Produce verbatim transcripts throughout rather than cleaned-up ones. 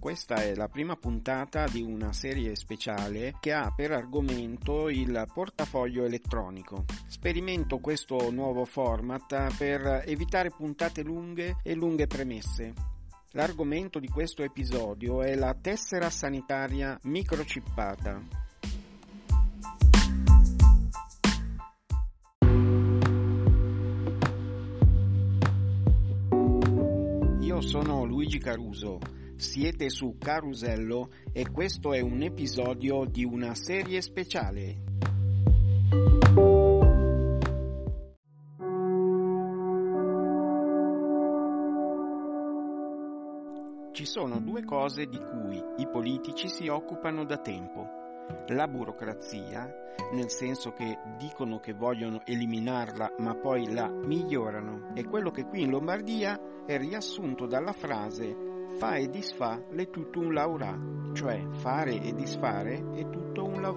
Questa è la prima puntata di una serie speciale che ha per argomento il portafoglio elettronico. Sperimento questo nuovo format per evitare puntate lunghe e lunghe premesse. L'argomento di questo episodio è la tessera sanitaria microchippata. Io sono Luigi Caruso. Siete su Carusello e questo è un episodio di una serie speciale. Ci sono due cose di cui i politici si occupano da tempo. La burocrazia, nel senso che dicono che vogliono eliminarla ma poi la migliorano, e quello che qui in Lombardia è riassunto dalla frase fa e disfa l'è tutto un laurà, cioè fare e disfare è tutto un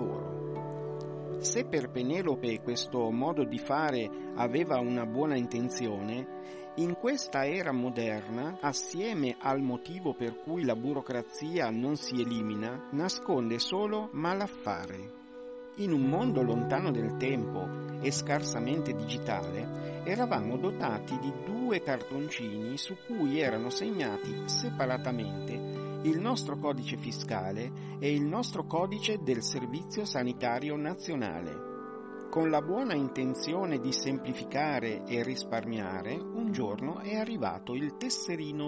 lavoro. Se per Penelope questo modo di fare aveva una buona intenzione, in questa era moderna, assieme al motivo per cui la burocrazia non si elimina, nasconde solo malaffare. In un mondo lontano nel tempo e scarsamente digitale, eravamo dotati di due cartoncini su cui erano segnati separatamente il nostro codice fiscale e il nostro codice del Servizio Sanitario Nazionale. Con la buona intenzione di semplificare e risparmiare, un giorno è arrivato il tesserino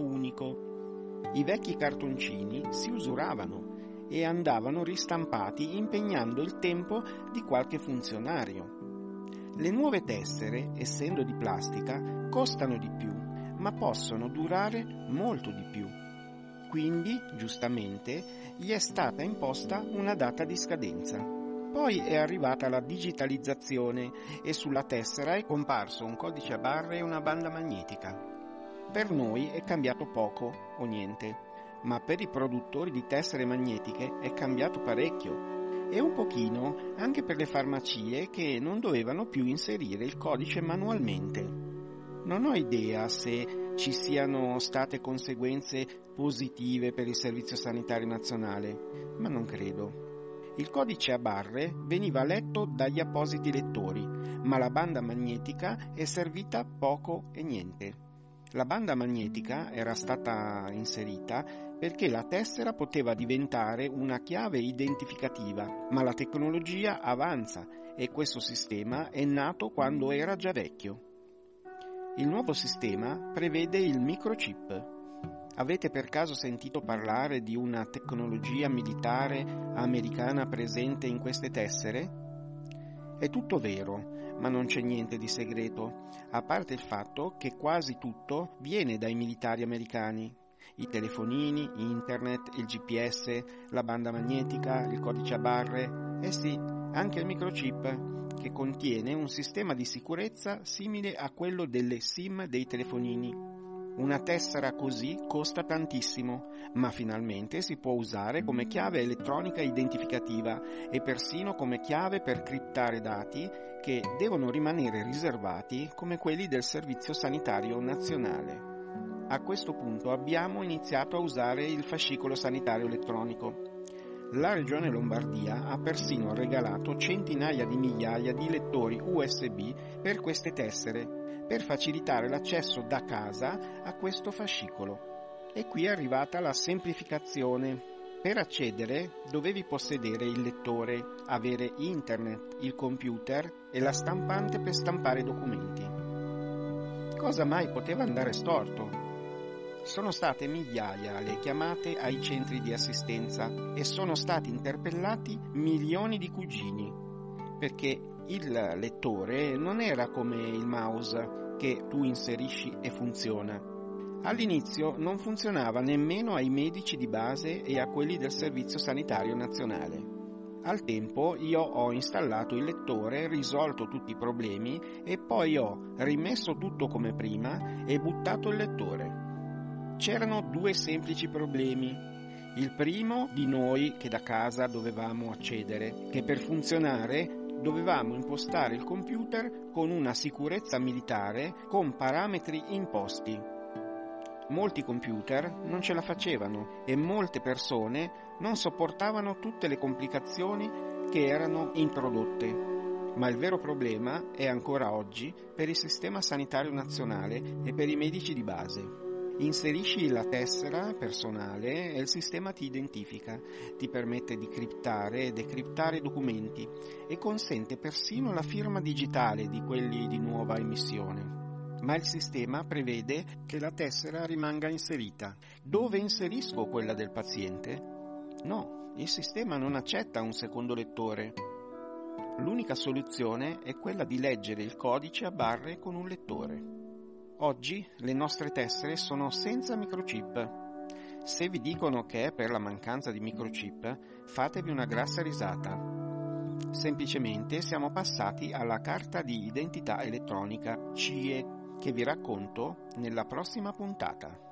unico. I vecchi cartoncini si usuravano e andavano ristampati impegnando il tempo di qualche funzionario. Le nuove tessere, essendo di plastica, costano di più, ma possono durare molto di più. Quindi, giustamente, gli è stata imposta una data di scadenza. Poi è arrivata la digitalizzazione e sulla tessera è comparso un codice a barre e una banda magnetica. Per noi è cambiato poco o niente, ma per i produttori di tessere magnetiche è cambiato parecchio e un pochino anche per le farmacie che non dovevano più inserire il codice manualmente. Non ho idea se ci siano state conseguenze positive per il Servizio Sanitario Nazionale, ma non credo. Il codice a barre veniva letto dagli appositi lettori, ma la banda magnetica è servita poco e niente. La banda magnetica era stata inserita perché la tessera poteva diventare una chiave identificativa, ma la tecnologia avanza e questo sistema è nato quando era già vecchio. Il nuovo sistema prevede il microchip. Avete per caso sentito parlare di una tecnologia militare americana presente in queste tessere? È tutto vero, ma non c'è niente di segreto, a parte il fatto che quasi tutto viene dai militari americani. I telefonini, internet, il G P S, la banda magnetica, il codice a barre, e sì, anche il microchip, che contiene un sistema di sicurezza simile a quello delle SIM dei telefonini. Una tessera così costa tantissimo, ma finalmente si può usare come chiave elettronica identificativa e persino come chiave per criptare dati che devono rimanere riservati come quelli del Servizio Sanitario Nazionale. A questo punto abbiamo iniziato a usare il fascicolo sanitario elettronico. La Regione Lombardia ha persino regalato centinaia di migliaia di lettori U S B per queste tessere, per facilitare l'accesso da casa a questo fascicolo. E qui è arrivata la semplificazione. Per accedere dovevi possedere il lettore, avere internet, il computer e la stampante per stampare documenti. Cosa mai poteva andare storto? Sono state migliaia le chiamate ai centri di assistenza e sono stati interpellati milioni di cugini, perché il lettore non era come il mouse che tu inserisci e funziona. All'inizio non funzionava nemmeno ai medici di base e a quelli del Servizio Sanitario Nazionale. Al tempo io ho installato il lettore, risolto tutti i problemi e poi ho rimesso tutto come prima e buttato il lettore. C'erano due semplici problemi. Il primo di noi che da casa dovevamo accedere, che per funzionare dovevamo impostare il computer con una sicurezza militare con parametri imposti. Molti computer non ce la facevano e molte persone non sopportavano tutte le complicazioni che erano introdotte. Ma il vero problema è ancora oggi per il sistema sanitario nazionale e per i medici di base. Inserisci la tessera personale e il sistema ti identifica, ti permette di criptare e decriptare documenti e consente persino la firma digitale di quelli di nuova emissione. Ma il sistema prevede che la tessera rimanga inserita. Dove inserisco quella del paziente? No, il sistema non accetta un secondo lettore. L'unica soluzione è quella di leggere il codice a barre con un lettore. Oggi le nostre tessere sono senza microchip. Se vi dicono che è per la mancanza di microchip, fatevi una grassa risata. Semplicemente siamo passati alla carta di identità elettronica C I E, che vi racconto nella prossima puntata.